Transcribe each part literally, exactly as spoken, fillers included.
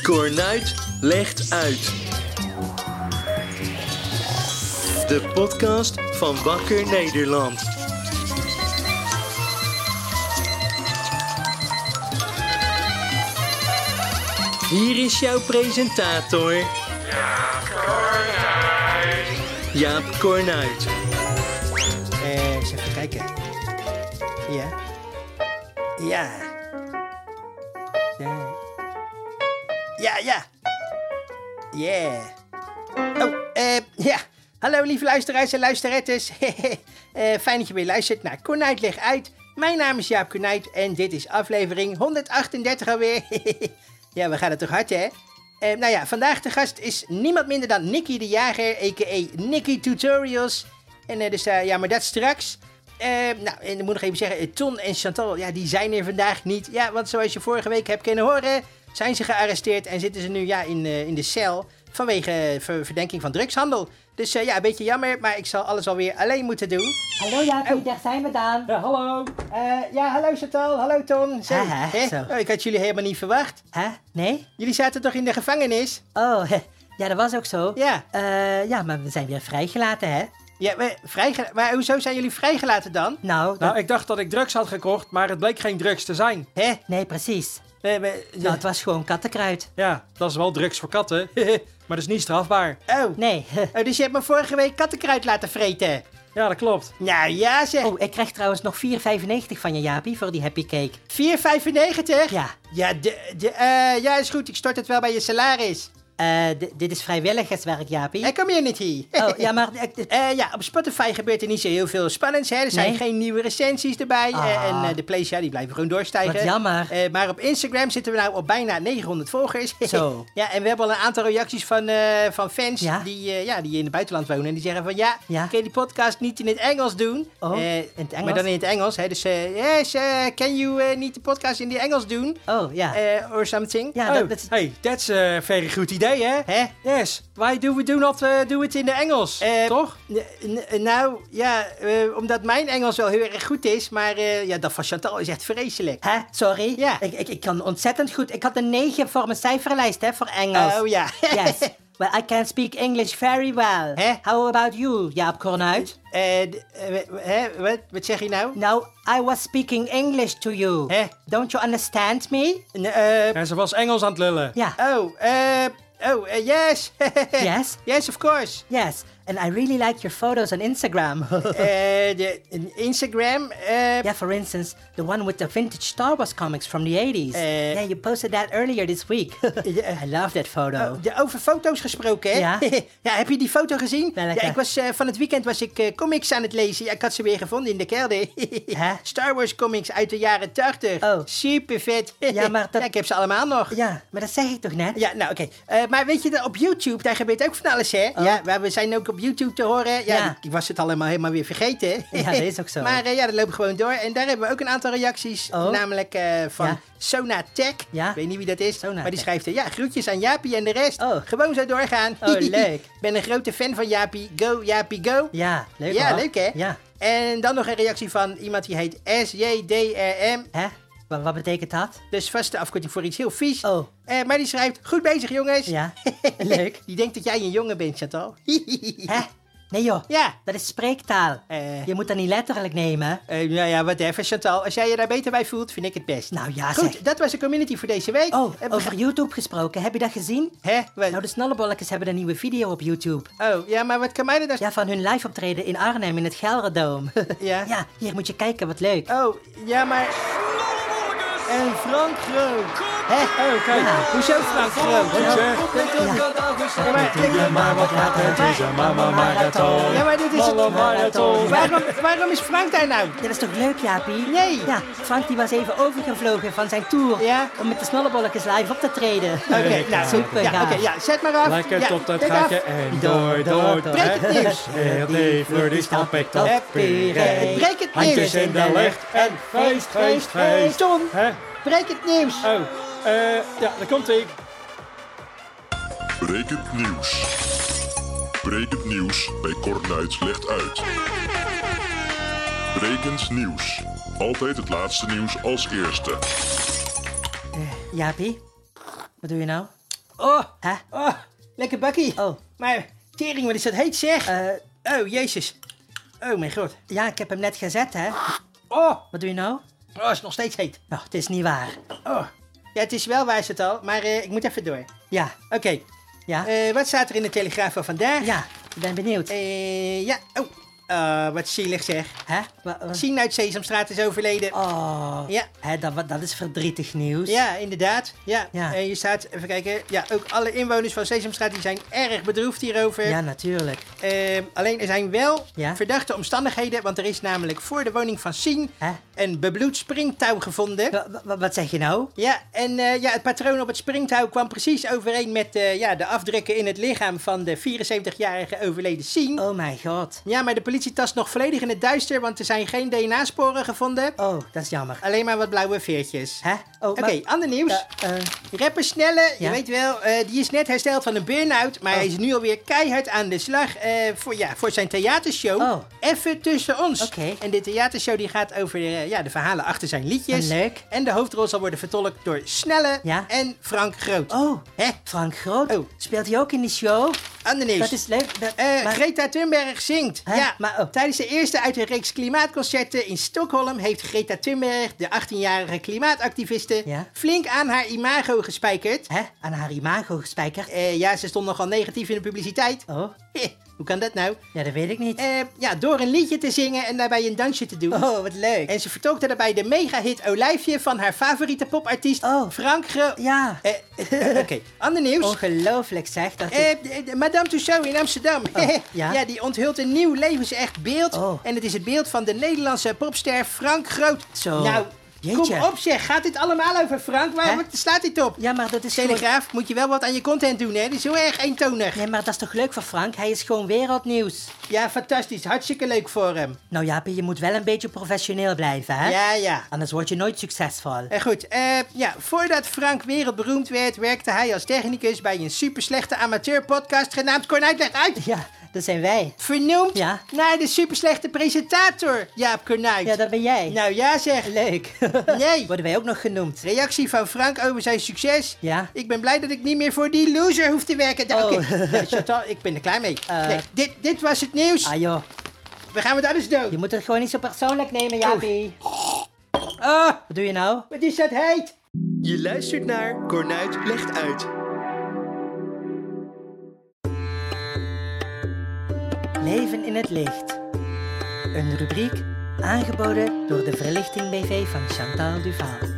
Cornuit legt uit. De podcast van Wakker Nederland. Hier is jouw presentator... Jaap Cornuit. Jaap Cornuit. Eh, eens even kijken. Ja. Ja. Ja. Ja, ja. Yeah. Oh, eh, ja. Hallo lieve luisteraars en luisterettes. uh, fijn dat je weer luistert naar Cornuit legt uit. Mijn naam is Jaap Cornuit en dit is aflevering honderdachtendertig alweer. Ja, we gaan het toch hard, hè? Uh, nou ja, vandaag de gast is niemand minder dan Nicky de Jager, a k a. Nicky Tutorials. En uh, dus, uh, ja, maar dat straks. Uh, nou, en dan moet ik nog even zeggen, uh, Ton en Chantal, ja, die zijn er vandaag niet. Ja, want zoals je vorige week hebt kunnen horen, zijn ze gearresteerd en zitten ze nu ja, in, uh, in de cel vanwege uh, ver- verdenking van drugshandel. Dus uh, ja, een beetje jammer, maar ik zal alles alweer alleen moeten doen. Hallo Jaapie, oh. Daar zijn we dan. Ja, hallo. Uh, ja, hallo Chantal, hallo Ton. Zo, Haha, hè? zo. Oh, ik had jullie helemaal niet verwacht. Hè? Nee? Jullie zaten toch in de gevangenis? Oh, ja, dat was ook zo. Ja. Uh, ja, maar we zijn weer vrijgelaten, hè? Ja, maar, vrijgela- maar hoezo zijn jullie vrijgelaten dan? Nou, dat... Nou, ik dacht dat ik drugs had gekocht, maar het bleek geen drugs te zijn. Hè? Nee, precies. Uh, maar, uh, Nou, het was gewoon kattenkruid. Ja, dat is wel drugs voor katten, maar dat is niet strafbaar. Oh. Nee. Oh, dus je hebt me vorige week kattenkruid laten vreten. Ja, dat klopt. Nou ja zeg. Oh, ik krijg trouwens nog vier vijfennegentig van je, Jaapie, voor die happy cake. vier vijfennegentig? Ja. Ja, de, de, uh, ja, is goed. Ik stort het wel bij je salaris. Uh, d- dit is vrijwilligerswerk, Jaapie. En community. Oh, ja, maar... Uh, uh, ja, op Spotify gebeurt er niet zo heel veel spannends, hè. Er zijn Nee? geen nieuwe recensies erbij. Ah. Uh, en uh, de plays, ja, die blijven gewoon doorstijgen. Wat jammer. Uh, maar op Instagram zitten we nou op bijna negenhonderd volgers. Zo. Ja, en we hebben al een aantal reacties van, uh, van fans Ja? Die, uh, ja, die in het buitenland wonen. En die zeggen van, ja, Ja? kun je die podcast niet in het Engels doen? Oh, Uh, in het Engels? Maar dan in het Engels, hè. Dus, uh, yes, uh, can you uh, niet de podcast in het Engels doen? Oh, ja. Uh, or something. Ja, Oh, dat, dat is... hey, that's a very good idee, hè? Hè? Yes, why do we do not uh, do it in the Engels, Eh, toch? N- n- nou, ja, uh, omdat mijn Engels wel heel erg goed is, maar uh, ja, dat van Chantal is echt vreselijk. Hè? Sorry? Ja. Ik, ik, ik kan ontzettend goed... Ik had een negen voor mijn cijferlijst, hè, voor Engels. Oh ja. Yes. Well, I can speak English very well. Hè? How about you, Jaap Cornuit? Eh, d- eh, hè, wat, wat zeg je nou? No, I was speaking English to you. Hè? Don't you understand me? N- eh, En ze was Engels aan het lullen. Ja. oh, eh, oh, eh, yes. Yes? Yes, of course. Yes. And I really like your photos on Instagram. Eh, de Instagram, eh, Yeah, for instance, the one with the vintage Star Wars comics from the eighties. Eh. yeah, you posted that earlier this week. I love that photo. oh, de, over foto's gesproken, hè? Ja. Ja, heb je die foto gezien? Welke? Ja, ik was, eh, van het weekend was ik eh, comics aan het lezen. Ja, ik had ze weer gevonden in de kelder. Hè? Star Wars comics uit de jaren tachtig. Oh. Super vet. Ja, maar dat- Ja, ik heb ze allemaal nog. Ja, maar dat zeg ik toch net? Ja, nou oké. Eh, maar weet je, dat op YouTube, daar gebeurt ook van alles, hè? Oh. Ja, maar we zijn ook op YouTube te horen. Ja, Ja. Ik, ik was het allemaal helemaal weer vergeten. Ja, dat is ook zo. Maar eh, ja, dat loopt gewoon door. En daar hebben we ook een aantal reacties. Oh. Namelijk eh, van Ja. Sonatech. Ja. Ik weet niet wie dat is. Sonatech. Maar die schrijft, eh, ja, groetjes aan Jaapie en de rest. Oh. Gewoon zo doorgaan. Oh, leuk. Ik ben een grote fan van Jaapie. Go, Jaapie, go. Ja, leuk Ja, hoor. leuk hè? Ja. En dan nog een reactie van iemand die heet S J D R M. Hè? Wat, wat betekent dat? Dus vaste afkorting voor iets heel vies. Oh. Eh, maar die schrijft, goed bezig jongens. Ja, leuk. Die denkt dat jij een jongen bent, Chantal. Hè? Nee joh, Ja. dat is spreektaal. Eh. Je moet dat niet letterlijk nemen. Eh, nou ja, whatever, Chantal. Als jij je daar beter bij voelt, vind ik het best. Nou ja, Goed, zeg. dat was de community voor deze week. Oh, Eh, we over gaan- YouTube gesproken, heb je dat gezien? Hè? Wat? Nou, de snollebolletjes hebben een nieuwe video op YouTube. Oh, ja, maar wat kan mij er dan... Ja, van hun live optreden in Arnhem in het Gelredome. Ja? Ja, hier moet je kijken, wat leuk. Oh, ja, maar... En Frank Groot. Hè? Oh, kijk. Ja, hoezo Frank Groot? Goed, zeg. Ja, maar, Doe je maar wat gaat, het is een mama marathon. ja, maar dit is... Malle marathon. Waarom, waarom is Frank daar nou? Dat is toch leuk, Jaapie? Nee. Ja, Frank die was even overgevlogen van zijn tour. Ja? Om met de snollebolletjes live op te treden. Oké, nou, super ja, gaaf. oké, ja, zet maar af. Lekker ja, tot het zet af. gaatje en door, door, door. Breek het nieuws. Heel die die stap ik tot Happy weer. Breek het Handjes nieuws. in de lucht en feest, feest, feest. Tom, Hè? breek het nieuws. Oh, eh, ja, daar komt ie. Brekend nieuws. Brekend nieuws bij Cornuit legt uit. Brekend nieuws. Altijd het laatste nieuws als eerste. Jaapie, wat doe je nou? Oh, Hè? oh, lekker bakkie. Oh. Maar, tering, wat is dat heet zeg? Eh, Oh, jezus. Oh, mijn god. ja, ik heb hem net gezet, hè. Oh, Wat doe je nou? oh, is nog steeds heet. Nou, het is niet waar. Oh. Ja, het is wel waar is het al, maar eh, ik moet even door. Ja, Oké, ja, eh, wat staat er in de Telegraaf van vandaag? ja, ik ben benieuwd. Eh, ja, oh. Ah, wat zielig zeg. Hè? Wa- wa- Sien uit Sesamstraat is overleden. Oh, Ja. hè, dat, wa- dat is verdrietig nieuws. Ja, inderdaad. Ja. Ja. En je staat, even kijken. Ja, ook alle inwoners van Sesamstraat die zijn erg bedroefd hierover. Ja, natuurlijk. Eh, alleen er zijn wel Ja. verdachte omstandigheden, want er is namelijk voor de woning van Sien Hè? een bebloed springtouw gevonden. Wa- wa- wat zeg je nou? Ja, en eh, ja, het patroon op het springtouw kwam precies overeen met eh, ja, de afdrukken in het lichaam van de vierenzeventigjarige overleden Sien. Oh mijn god. Ja, maar de politie tast nog volledig in het duister, want er zijn geen D N A-sporen gevonden. Oh, dat is jammer. Alleen maar wat blauwe veertjes. Hè? Oh, Oké, maar- ander nieuws. Eh, eh, Rapper Snelle, je Ja? weet wel, eh, die is net hersteld van een burn-out, maar Oh. hij is nu alweer keihard aan de slag eh, voor, ja, voor zijn theatershow. Oh. Even tussen ons. Oké. En de theatershow die gaat over eh, ja, de verhalen achter zijn liedjes. Oh, leuk. En de hoofdrol zal worden vertolkt door Snelle Ja? en Frank Groot. oh, Hè? Frank Groot. Oh. Speelt hij ook in die show? Ander nieuws. Dat is leuk. Dat, Eh, maar- Greta Thunberg zingt. Hè? Ja, Maar, oh. tijdens de eerste uit een reeks klimaatconcerten in Stockholm heeft Greta Thunberg, de achttienjarige klimaatactiviste, Ja? flink aan haar imago gespijkerd. Hè? Aan haar imago gespijkerd? Eh, ja, ze stond nogal negatief in de publiciteit. Oh, Heh, hoe kan dat nou? ja, dat weet ik niet. Eh, ja, door een liedje te zingen en daarbij een dansje te doen. Oh, wat leuk. En ze vertolkte daarbij de mega-hit Olijfje van haar favoriete popartiest Oh. Frank Gro... Ja, Eh, Oké, ander nieuws. ongelooflijk zeg. Dat Eh, de- de Madame Tussauds in Amsterdam. ja? ja, die onthult een nieuw levensecht beeld. Oh. En het is het beeld van de Nederlandse popster Frank Groot. Zo. Nou, Jeetje. kom op zeg. Gaat dit allemaal over Frank? Waarom Hè? slaat dit op? Ja, maar dat is gewoon... Telegraaf, moet je wel wat aan je content doen, hè? Dit is heel erg eentonig. Nee, maar dat is toch leuk voor Frank? Hij is gewoon wereldnieuws. Ja, fantastisch. Hartstikke leuk voor hem. Nou Jaapie, je moet wel een beetje professioneel blijven, hè? Ja, ja. Anders word je nooit succesvol. Eh, goed, eh, ja, voordat Frank wereldberoemd werd, werkte hij als technicus bij een superslechte amateurpodcast genaamd Kornuit legt uit. Ja, dat zijn wij. Vernoemd Ja. naar de superslechte presentator, Jaap Kornuit. Ja, dat ben jij. Nou ja zeg. Leuk. Nee. Worden wij ook nog genoemd? Reactie van Frank over zijn succes. Ja. Ik ben blij dat ik niet meer voor die loser hoef te werken. Nou, Oh. Oké, ja, Chantal, ik ben er klaar mee. Eh. Nee, dit, dit was het nieuws. Ah joh, We gaan met alles doen. je moet het gewoon niet zo persoonlijk nemen, Jaapie. Ah, Wat doe je nou? wat is dat heet? Je luistert naar Kornuit legt uit. Leven in het licht. Een rubriek aangeboden door de Verlichting B V van Chantal Duval.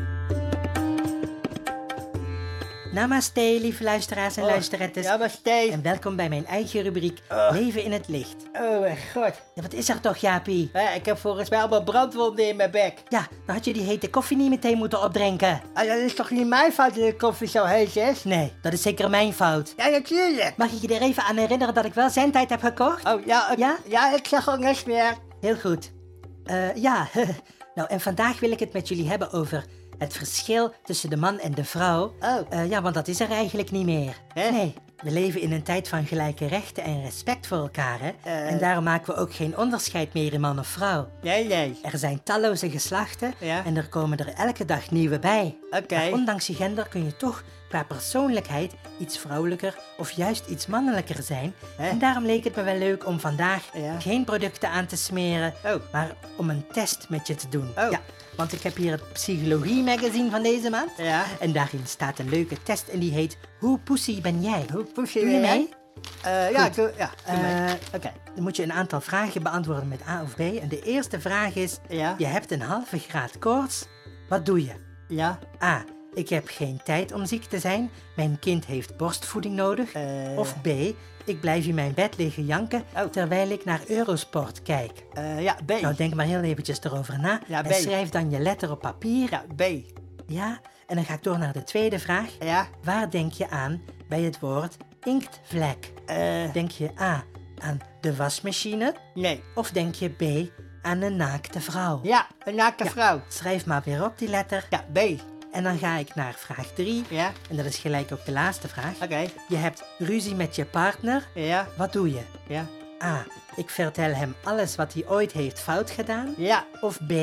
Namaste, lieve luisteraars en luisterettes. Ja, maar Steve. En welkom bij mijn eigen rubriek Leven in het licht. Oh mijn god. Ja, wat is er toch, Jaapie? Ja, ik heb volgens mij allemaal brandwonden in mijn bek. Ja, dan had je die hete koffie niet meteen moeten opdrinken. Ah, dat is toch niet mijn fout dat de koffie zo heet is? Nee, dat is zeker mijn fout. Ja, natuurlijk. Mag ik je er even aan herinneren dat ik wel zendtijd heb gekocht? Oh, ja, Ja? ja, ik zeg ook niks meer. Heel goed. Eh, ja, nou en vandaag wil ik het met jullie hebben over het verschil tussen de man en de vrouw. Oh. Eh, ja, want dat is er eigenlijk niet meer. Hè? Nee, we leven in een tijd van gelijke rechten en respect voor elkaar, hè? Eh. En daarom maken we ook geen onderscheid meer in man of vrouw. Nee, nee. Er zijn talloze geslachten Ja. en er komen er elke dag nieuwe bij. Oké. Maar ondanks je gender kun je toch qua persoonlijkheid iets vrouwelijker of juist iets mannelijker zijn. Hè? En daarom leek het me wel leuk om vandaag Ja. geen producten aan te smeren, Oh. maar om een test met je te doen. Oh. Ja, want ik heb hier het psychologie-magazine van deze maand. Ja. En daarin staat een leuke test en die heet Hoe pussy ben jij? Hoe push Doe je mee? Eh, ja, Goed. ik doe, ja, doe mee. Eh, Oké, dan moet je een aantal vragen beantwoorden met A of B. En de eerste vraag is, Ja. je hebt een halve graad koorts. Wat doe je? Ja. A. Ik heb geen tijd om ziek te zijn. Mijn kind heeft borstvoeding nodig. Eh. Of B. Ik blijf in mijn bed liggen janken Oh. terwijl ik naar Eurosport kijk. Eh, ja, B. Nou, denk maar heel eventjes erover na. Ja, en B. schrijf dan je letter op papier. Ja, B. Ja, en dan ga ik door naar de tweede vraag. Ja. Waar denk je aan bij het woord inktvlek? Eh, Denk je A. aan de wasmachine? nee. Of denk je B. aan een naakte vrouw? Ja, een naakte Ja. vrouw. Schrijf maar weer op die letter. Ja, B. En dan ga ik naar vraag drie. Ja. En dat is gelijk ook de laatste vraag. Oké. Je hebt ruzie met je partner. Ja. Wat doe je? Ja. A. Ik vertel hem alles wat hij ooit heeft fout gedaan. Ja. Of B.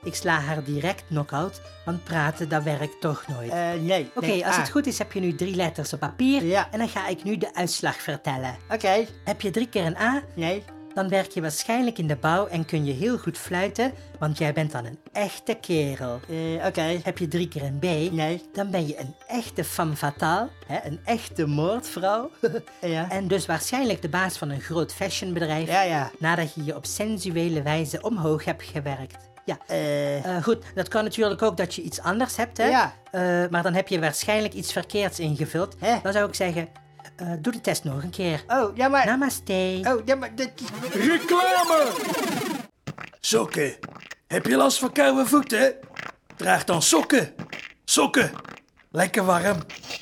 Ik sla haar direct knock-out, want praten, dat werkt toch nooit. Eh, nee. Oké, nee, als ah. het goed is heb je nu drie letters op papier Ja. en dan ga ik nu de uitslag vertellen. Oké. Heb je drie keer een A, Nee. dan werk je waarschijnlijk in de bouw en kun je heel goed fluiten, want jij bent dan een echte kerel. Eh, Oké. Heb je drie keer een B, Nee. dan ben je een echte femme fatale, hè, een echte moordvrouw. Ja. En dus waarschijnlijk de baas van een groot fashionbedrijf, Ja, ja. nadat je je op sensuele wijze omhoog hebt gewerkt. Ja, Eh... Eh, goed, dat kan natuurlijk ook dat je iets anders hebt, hè? Ja. Eh, maar dan heb je waarschijnlijk iets verkeerds ingevuld. Hè? Dan zou ik zeggen, eh, doe de test nog een keer. Oh, ja, maar... Namaste. Oh, ja, maar... Dat... Reclame! Sokken. Heb je last van koude voeten? Draag dan sokken. Sokken. Lekker warm.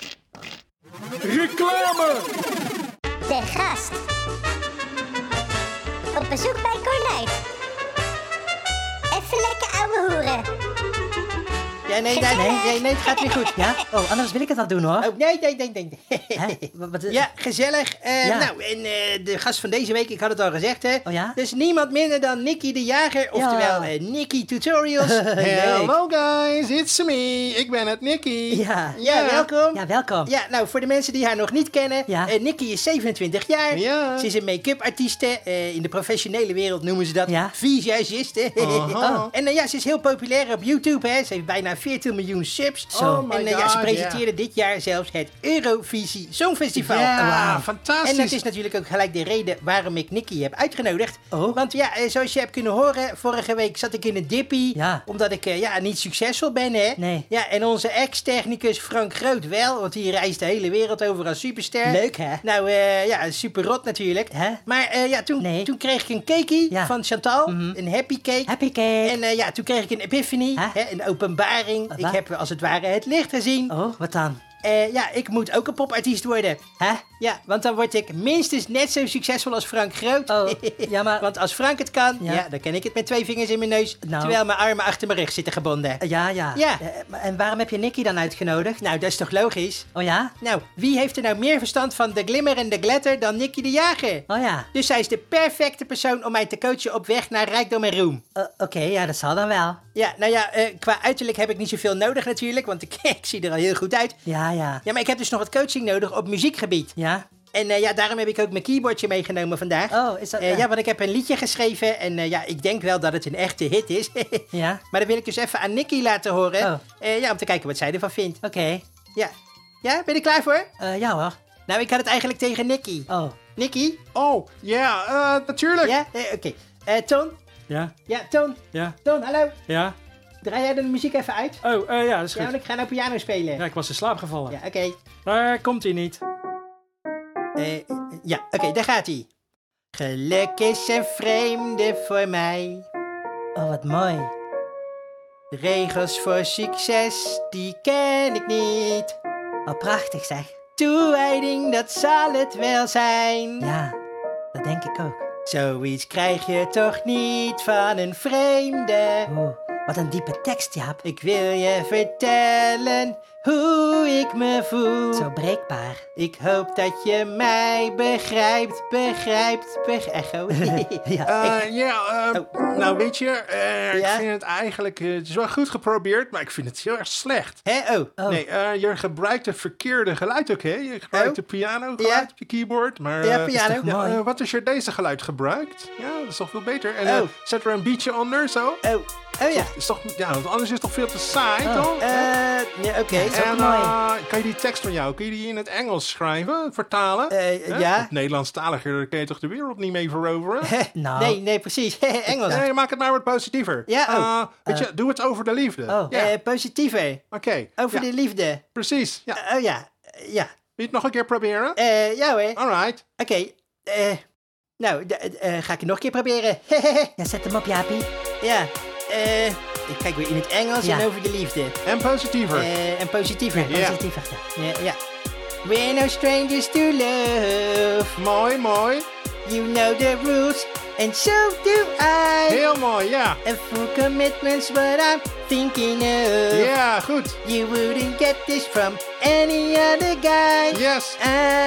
Reclame! De gast. Op bezoek bij Cornuit. Even lekker ouwe hoeren. Ja, nee, nee, nee, nee, nee, het gaat niet goed. Ja? Oh, anders wil ik het al doen, hoor. Oh, nee, nee, nee, nee. Hè? Wat, wat- Ja, gezellig. Eh, Ja. Nou, en eh, de gast van deze week, ik had het al gezegd, hè. Oh ja? Dus niemand minder dan Nicky de Jager, oftewel eh, Nicky Tutorials. Hello guys, it's me. Ik ben het, Nicky. Ja. Ja, welkom. Ja, welkom. Ja, nou, voor de mensen die haar nog niet kennen, Ja. eh, Nicky is zevenentwintig jaar. Ja. Ze is een make-up artieste. Eh, in de professionele wereld noemen ze dat Ja. visagiste. Aha. En eh, ja, ze is heel populair op YouTube, hè. Ze heeft bijna veertien miljoen subs. Zo. Oh my en eh, ja, ze God, presenteerde dit jaar zelfs het Eurovisie Songfestival. Ja, Wauw. fantastisch. En dat is natuurlijk ook gelijk de reden waarom ik Nicky heb uitgenodigd. Oh. Want ja, eh, zoals je hebt kunnen horen, vorige week zat ik in een dippie. Ja. Omdat ik eh, ja, niet succesvol ben, hè. Nee. Ja, en onze ex-technicus Frank Groot wel, want die reist de hele wereld over als superster. Leuk, hè? Nou, eh, ja, super rot natuurlijk. Hè? Maar eh, ja, toen, Nee. toen kreeg ik een cakeie Ja. van Chantal, een happy cake. Happy cake. En eh, ja, toen kreeg ik een epiphany, Hè? hè, een openbaring. Wat? Ik heb als het ware het licht gezien. Oh, wat dan? Eh, ja, ik moet ook een popartiest worden. Hè? Ja, want dan word ik minstens net zo succesvol als Frank Groot. Oh, ja, maar- Want als Frank het kan, ja. Ja. dan kan ik het met twee vingers in mijn neus, Nou. terwijl mijn armen achter mijn rug zitten gebonden. Eh, Ja, ja. Ja. Eh, maar- en waarom heb je Nicky dan uitgenodigd? Nou, dat is toch logisch? Oh ja? Nou, wie heeft er nou meer verstand van de glimmer en de glitter dan Nicky de Jager? Oh ja. Dus zij is de perfecte persoon om mij te coachen op weg naar rijkdom en roem. Eh, Oké, ja, dat zal dan wel. Ja, nou ja, eh, qua uiterlijk heb ik niet zoveel nodig natuurlijk, want ik, ik zie er al heel goed uit. Ja, ja. Ja, maar ik heb dus nog wat coaching nodig op muziekgebied. Ja? En eh, ja, daarom heb ik ook mijn keyboardje meegenomen vandaag. Oh, is dat... Eh, ja. ja, want ik heb een liedje geschreven en eh, ja, ik denk wel dat het een echte hit is. Ja? Maar dat wil ik dus even aan Nicky laten horen. Oh. Eh, ja, om te kijken wat zij ervan vindt. Oké. Ja. Ja, ben je er klaar voor? Eh, ja hoor. Nou, ik had het eigenlijk tegen Nicky. Oh. Nicky? Oh, ja, eh, natuurlijk. Ja? Eh, Oké. Eh, Ton? Ja, Ja, Ton? ja, Ton, hallo? ja. Draai jij de muziek even uit? Oh, eh, ja, dat is Ja, goed. want ik ga nou piano spelen. Ja, ik was in slaap gevallen. Ja, oké. Daar komt hij niet. Eh, ja, oké, daar gaat hij. Geluk is een vreemde voor mij. Oh, wat mooi. De regels voor succes, die ken ik niet. Oh, prachtig zeg. Toewijding, dat zal het wel zijn. Ja, dat denk ik ook. Zoiets krijg je toch niet van een vreemde. Oeh, wat een diepe tekst, Jaap. Ik wil je vertellen hoe ik me voel. Zo breekbaar. Ik hoop dat je mij begrijpt, begrijpt, begrijpt. Echo. Ja. Eh, ja, eh, nou weet je, eh, Ja? ik vind het eigenlijk, eh, het is wel goed geprobeerd, maar ik vind het heel erg slecht. Hè? Oh. Oh. Nee, eh, je gebruikt het verkeerde geluid ook, hè? Je gebruikt Oh. de piano geluid Ja. op je keyboard, maar... Ja, eh, piano. toch ja, mooi? eh, wat als je deze geluid gebruikt? Ja, dat is toch veel beter. En eh, Oh. zet er een beatje onder, zo. Oh. Oh ja. Is toch, ja, want anders is het toch veel te saai, Oh. toch? Eh, ja, oké. is ook En mooi. eh, kan je die tekst van jou, kun je die in het Engels schrijven, vertalen? Eh, Hè? ja. Want Nederlandstaliger, daar kun je toch de wereld niet mee veroveren? Nou. Nee, nee, precies. Engels. Nee, maak het maar wat positiever. Ja, oh. Eh, weet je, doe het over de liefde. Oh. Ja, Eh, positiever. oké. Over Ja, de liefde. precies. Ja. Wil Oh ja. Ja. je het nog een keer proberen? Eh, ja hoor. Alright. Oké. Eh, nou, d- eh, ga ik het nog een keer proberen. Ja, zet hem op, Jaapie. ja. Eh, ik kijk weer in het Engels Ja. en over de liefde. En positiever. Eh, en positiever. Ja. Positiever. Ja. Ja, ja. We're no strangers to love. Mooi, mooi. You know the rules, and so do I. Heel mooi, ja. And full commitment's what I'm thinking of. Ja, goed. You wouldn't get this from any other guy. Yes.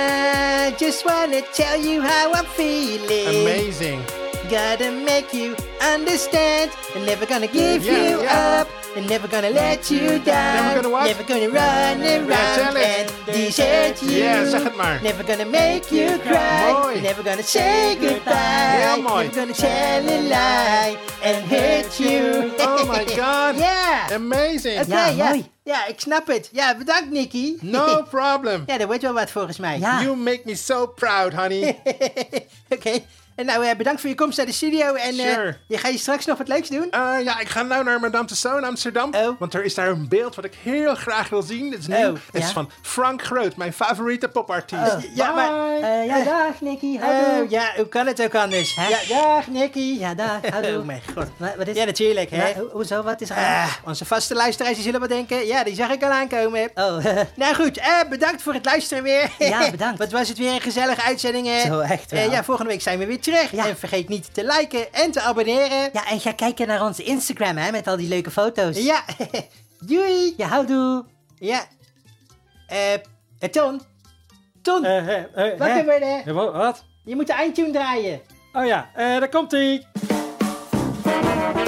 I just wanna tell you how I'm feeling. Amazing. Gotta make you understand. I'm never gonna give Yeah, you yeah. up. I'm never gonna let you down. Never gonna what? Never gonna run around tell it. and desert you. Ja, zeg het maar. Never gonna make you cry. Mooi. Never gonna say goodbye. Heel mooi. Never gonna tell a lie and hurt you. Oh my god. Ja. Amazing. Oké, Ja, ja. mooi. Ja, ik snap het. Ja, bedankt, Nicky. No problem. Ja, dat wordt wel wat volgens mij. Ja. You make me so proud, honey. Oké. En nou, eh, bedankt voor je komst naar de studio. En eh, Sure. je ga je straks nog wat leuks doen? Uh, ja, ik ga nou naar Madame Tussauds in Amsterdam. Oh. Want er is daar een beeld wat ik heel graag wil zien. Het is nieuw. Oh, Het is ja? van Frank Groot, mijn favoriete popartiest. Oh. Ja, maar- Bye. Eh, ja, dag Nicky. Houdoe. Oh, ja, hoe kan het ook anders? Hè? Ja, dag, Nicky. Ja, dag. Houdoe. Oh, mijn god. Wat, wat is Ja, natuurlijk, hè. Ja, ho- hoezo? Wat is er aan? Ah, onze vaste luisteraars die zullen wel denken, ja, die zag ik al aankomen. Oh, Nou goed, eh, bedankt voor het luisteren weer. Ja, bedankt. Wat was het weer een gezellige uitzending. eh. Zo, echt wel. Eh, ja, volgende week zijn we weer terug. Ja. En vergeet niet te liken en te abonneren. ja, en ga kijken naar onze Instagram, hè, met al die leuke foto's. Ja, doei. Ja, houdoe. Ja. Eh, eh, Ton. Ton, Eh, eh, eh, wakker hè? worden. Eh, wa- Wat? Je moet de eindtune draaien. Oh ja, eh, daar komt-ie.